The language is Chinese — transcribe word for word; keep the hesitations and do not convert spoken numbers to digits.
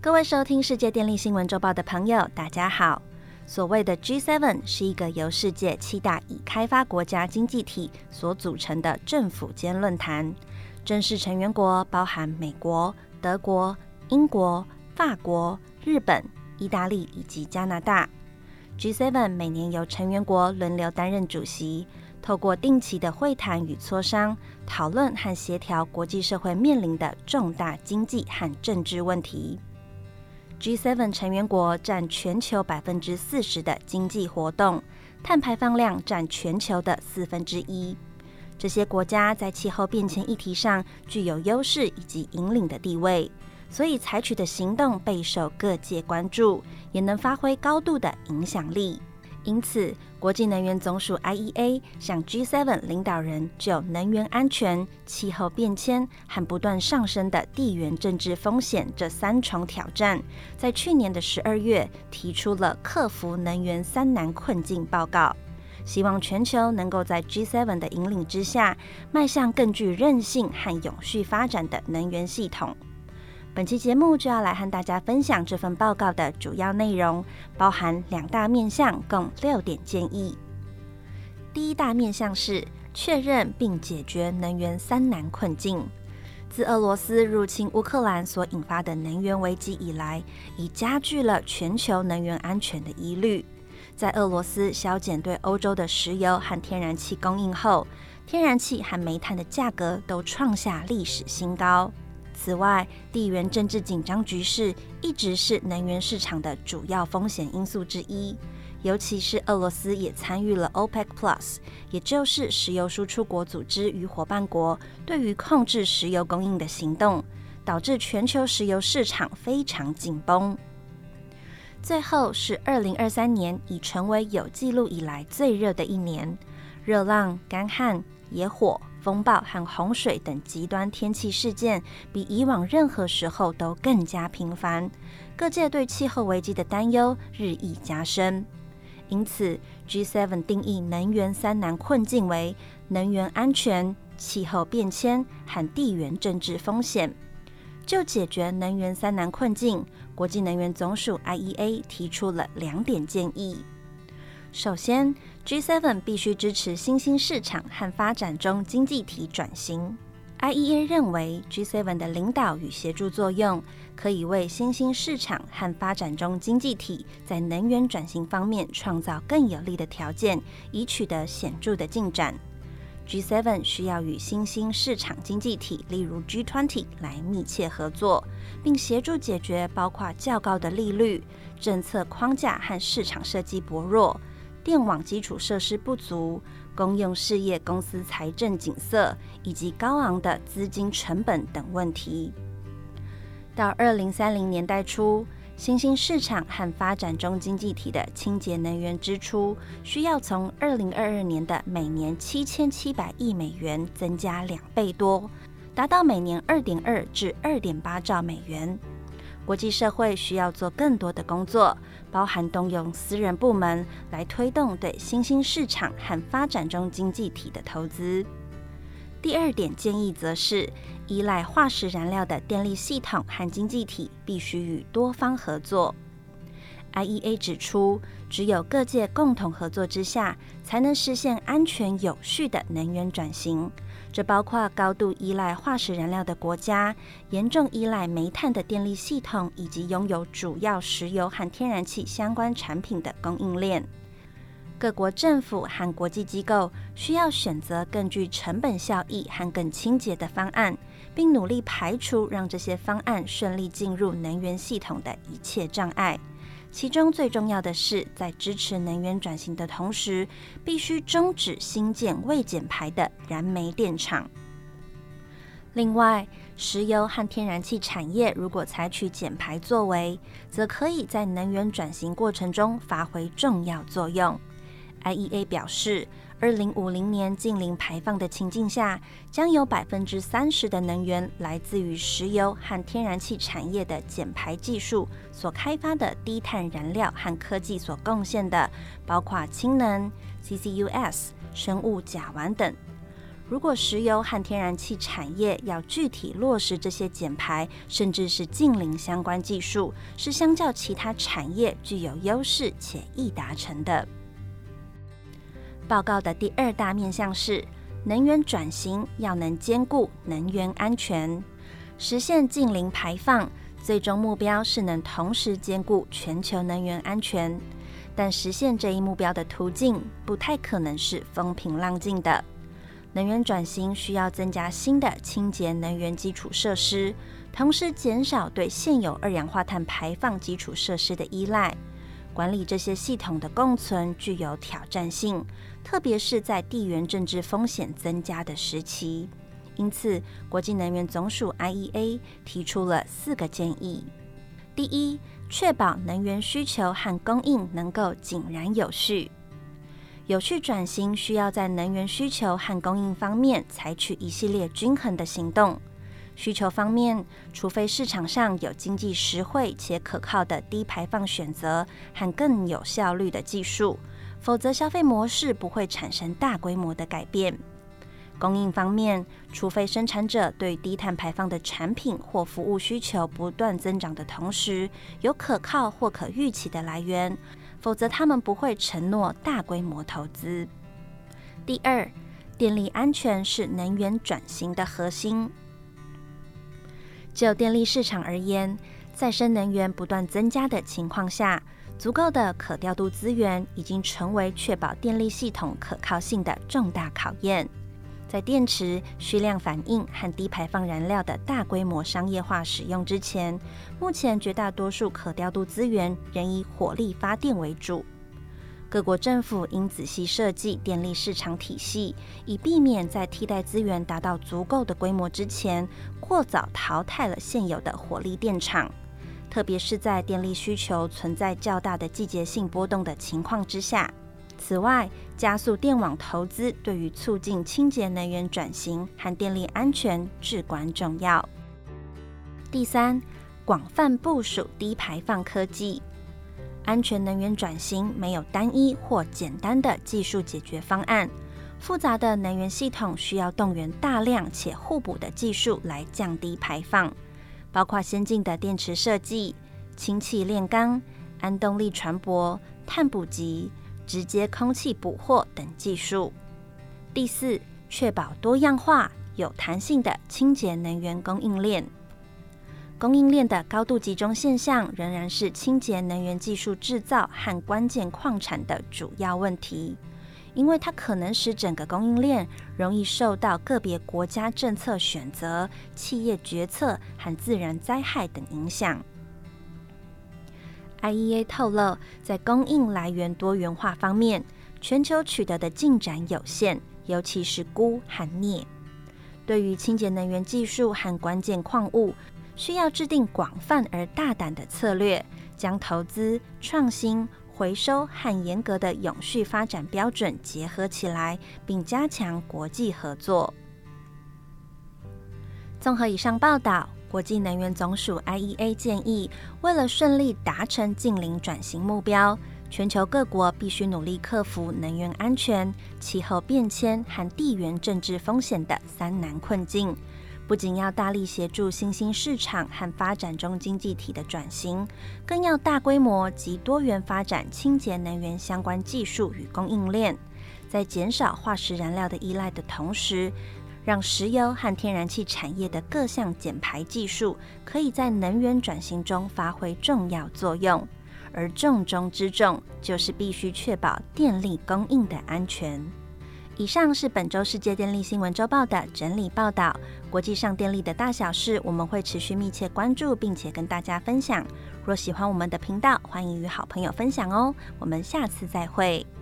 各位收听世界电力新闻周报的朋友，大家好。所谓的 G 七 是一个由世界七大已开发国家经济体所组成的政府间论坛，正式成员国包含美国、德国、英国、法国、日本、意大利以及加拿大。G 七 每年由成员国轮流担任主席，透过定期的会谈与磋商，讨论和协调国际社会面临的重大经济和政治问题。G 七 成员国占全球百分之四十的经济活动，碳排放量占全球的四分之一。这些国家在气候变迁议题上具有优势以及引领的地位，所以采取的行动备受各界关注，也能发挥高度的影响力。因此，国际能源总署 I E A 向 G 七 领导人就能源安全、气候变迁和不断上升的地缘政治风险这三重挑战，在去年的十二月提出了克服能源三难困境报告，希望全球能够在 G 七 的引领之下，迈向更具韧性和永续发展的能源系统。本期节目就要来和大家分享这份报告的主要内容，包含两大面向，共六点建议。第一大面向是确认并解决能源三难困境。自俄罗斯入侵乌克兰所引发的能源危机以来，已加剧了全球能源安全的疑虑。在俄罗斯削减对欧洲的石油和天然气供应后，天然气和煤炭的价格都创下历史新高。此外，地缘政治紧张局势一直是能源市场的主要风险因素之一，尤其是俄罗斯也参与了 OPEC Plus， 也就是石油输出国组织与伙伴国对于控制石油供应的行动，导致全球石油市场非常紧绷。最后是二零二三年已成为有记录以来最热的一年，热浪、干旱、野火、风暴和洪水等极端天气事件比以往任何时候都更加频繁，各界对气候危机的担忧日益加深。因此 G 七 定义能源三难困境为能源安全、气候变迁和地缘政治风险。就解决能源三难困境，国际能源总署 I E A 提出了两点建议。首先， G 七 必须支持新兴市场和发展中经济体转型。 I E A 认为 G 七 的领导与协助作用可以为新兴市场和发展中经济体在能源转型方面创造更有利的条件，以取得显著的进展。 G 七 需要与新兴市场经济体例如 G二十 来密切合作，并协助解决包括较高的利率、政策框架和市场设计薄弱、电网基础设施不足、公用事业公司财政紧塞以及高昂的资金成本等问题。到二零三零年代初，新兴市场和发展中经济体的清洁能源支出需要从二零二二年的每年七千七百亿美元增加两倍多，达到每年二点二至二点八兆美元。国际社会需要做更多的工作，包含动用私人部门来推动对新兴市场和发展中经济体的投资。第二点建议则是，依赖化石燃料的电力系统和经济体必须与多方合作。I E A 指出，只有各界共同合作之下，才能实现安全有序的能源转型。这包括高度依赖化石燃料的国家、严重依赖煤炭的电力系统，以及拥有主要石油和天然气相关产品的供应链。各国政府和国际机构需要选择更具成本效益和更清洁的方案，并努力排除让这些方案顺利进入能源系统的一切障碍。其中最重要的是，在支持能源转型的同时，必须终止新建未减排的燃煤电厂。另外，石油和天然气产业如果采取减排作为，则可以在能源转型过程中发挥重要作用。I E A 表示，二零五零年净零排放的情境下，将有百分之三十的能源来自于石油和天然气产业的减排技术所开发的低碳燃料和科技所贡献的，包括氢能、C C U S、生物甲烷等。 如果石油和天然气产业要具体落实这些减排，甚至是净零相关技术，是相较其他产业具有优势且易达成的。报告的第二大面向是能源转型要能兼顾能源安全，实现净零排放，最终目标是能同时兼顾全球能源安全。但实现这一目标的途径不太可能是风平浪静的。能源转型需要增加新的清洁能源基础设施，同时减少对现有二氧化碳排放基础设施的依赖。管理这些系统的共存具有挑战性，特别是在地缘政治风险增加的时期。因此，国际能源总署 I E A 提出了四个建议。第一，确保能源需求和供应能够井然有序。有序转型需要在能源需求和供应方面采取一系列均衡的行动。需求方面，除非市场上有经济实惠且可靠的低排放选择和更有效率的技术，否则消费模式不会产生大规模的改变。供应方面，除非生产者对低碳排放的产品或服务需求不断增长的同时，有可靠或可预期的来源，否则他们不会承诺大规模投资。第二，电力安全是能源转型的核心。就电力市场而言，再生能源不断增加的情况下，足够的可调度资源已经成为确保电力系统可靠性的重大考验。在电池、虚量反应和低排放燃料的大规模商业化使用之前，目前绝大多数可调度资源仍以火力发电为主。各国政府应仔细设计电力市场体系，以避免在替代资源达到足够的规模之前，过早淘汰了现有的火力电厂。特别是在电力需求存在较大的季节性波动的情况之下。此外，加速电网投资对于促进清洁能源转型和电力安全至关重要。第三，广泛部署低排放科技。安全能源转型没有单一或简单的技术解决方案，复杂的能源系统需要动员大量且互补的技术来降低排放，包括先进的电池设计、氢气炼钢、氨动力船舶、碳捕集、直接空气捕获等技术。第四，确保多样化、有弹性的清洁能源供应链。供应链的高度集中现象仍然是清洁能源技术制造和关键矿产的主要问题，因为它可能使整个供应链容易受到个别国家政策选择、企业决策和自然灾害等影响。I E A 透露，在供应来源多元化方面，全球取得的进展有限，尤其是钴和镍。对于清洁能源技术和关键矿物，需要制定广泛而大胆的策略，将投资、创新、回收和严格的永续发展标准结合起来，并加强国际合作。综合以上报道，国际能源总署 I E A 建议，为了顺利达成净零转型目标，全球各国必须努力克服能源安全、气候变迁和地缘政治风险的三难困境。不仅要大力协助新兴市场和发展中经济体的转型，更要大规模及多元发展清洁能源相关技术与供应链，在减少化石燃料的依赖的同时，让石油和天然气产业的各项减排技术可以在能源转型中发挥重要作用。而重中之重就是必须确保电力供应的安全。以上是本周世界电力新闻周报的整理报道，国际上电力的大小事，我们会持续密切关注，并且跟大家分享。若喜欢我们的频道，欢迎与好朋友分享哦。我们下次再会。